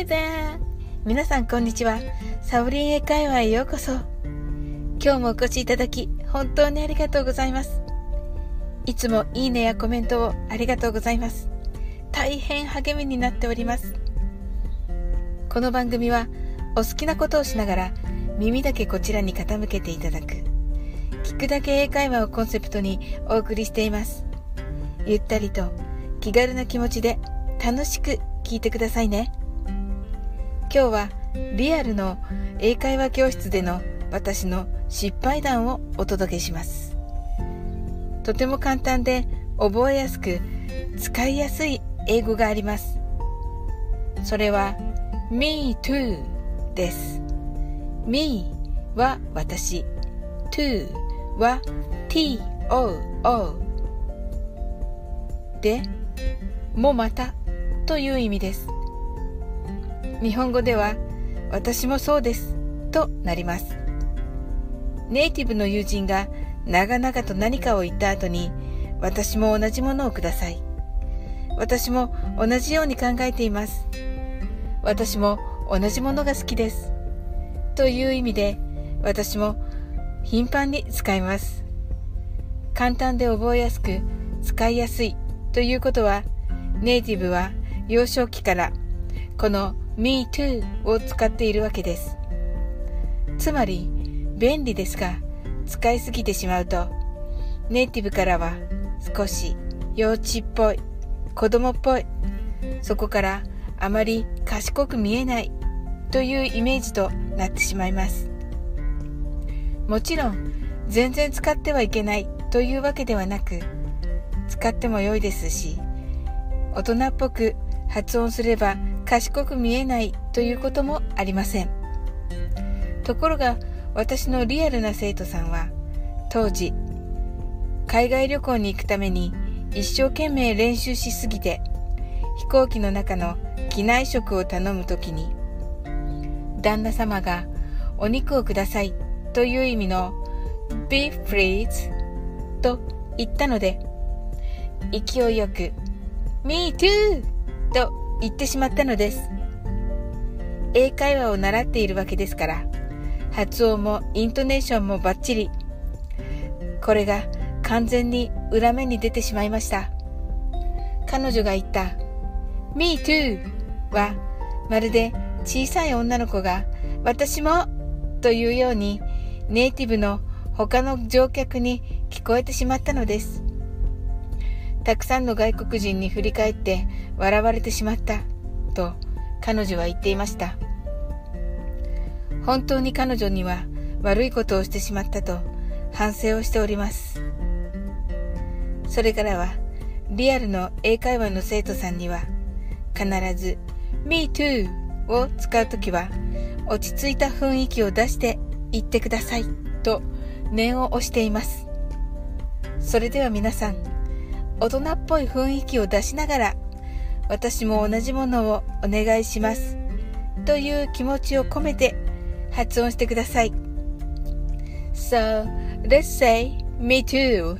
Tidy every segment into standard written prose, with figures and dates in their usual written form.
Hi there! 皆さんこんにちは。サブリン英会話へようこそ。今日もお越しいただき本当にありがとうございます。いつもいいねやコメントをありがとうございます。大変励みになっております。この番組はお好きなことをしながら耳だけこちらに傾けていただく聞くだけ英会話をコンセプトにお送りしています。ゆったりと気軽な気持ちで楽しく聞いてくださいね。今日はリアルの英会話教室での私の失敗談をお届けします。とても簡単で覚えやすく使いやすい英語があります。それは Me too です。 Me は私、 too は TOO でもまたという意味です。日本語では私もそうですとなります。ネイティブの友人が長々と何かを言った後に、私も同じものをください。私も同じように考えています。私も同じものが好きです。という意味で、私も頻繁に使います。簡単で覚えやすく使いやすいということは、ネイティブは幼少期からこの Me too を使っているわけです。つまり便利ですが、使いすぎてしまうとネイティブからは少し幼稚っぽい、子供っぽい、そこからあまり賢く見えないというイメージとなってしまいます。もちろん全然使ってはいけないというわけではなく、使っても良いですし、大人っぽく発音すれば賢く見えないということもありません。ところが私のリアルな生徒さんは、当時海外旅行に行くために一生懸命練習しすぎて、飛行機の中の機内食を頼むときに、旦那様がお肉をくださいという意味の Beef please と言ったので、勢いよく Me too と言ってしまったのです。英会話を習っているわけですから、発音もイントネーションもバッチリ。これが完全に裏目に出てしまいました。彼女が言った Me too は、まるで小さい女の子が私もというようにネイティブの他の乗客に聞こえてしまったのです。たくさんの外国人に振り返って笑われてしまったと彼女は言っていました。本当に彼女には悪いことをしてしまったと反省をしております。それからはリアルの英会話の生徒さんには、必ず Me too を使うときは落ち着いた雰囲気を出して言ってくださいと念を押しています。それでは皆さん、大人っぽい雰囲気を出しながら、私も同じものをお願いしますという気持ちを込めて発音してください。 So, let's say Me too.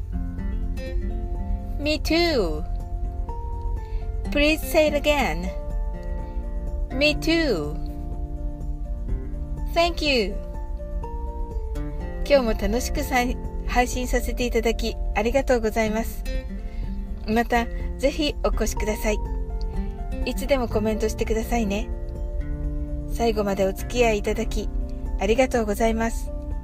Me too. Please say it again. Me too. Thank you. 今日も楽しく配信させていただきありがとうございます。またぜひお越しください。いつでもコメントしてくださいね。最後までお付き合いいただきありがとうございます。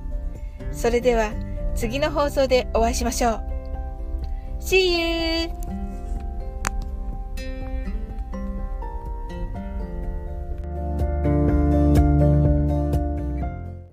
それでは次の放送でお会いしましょう。See you!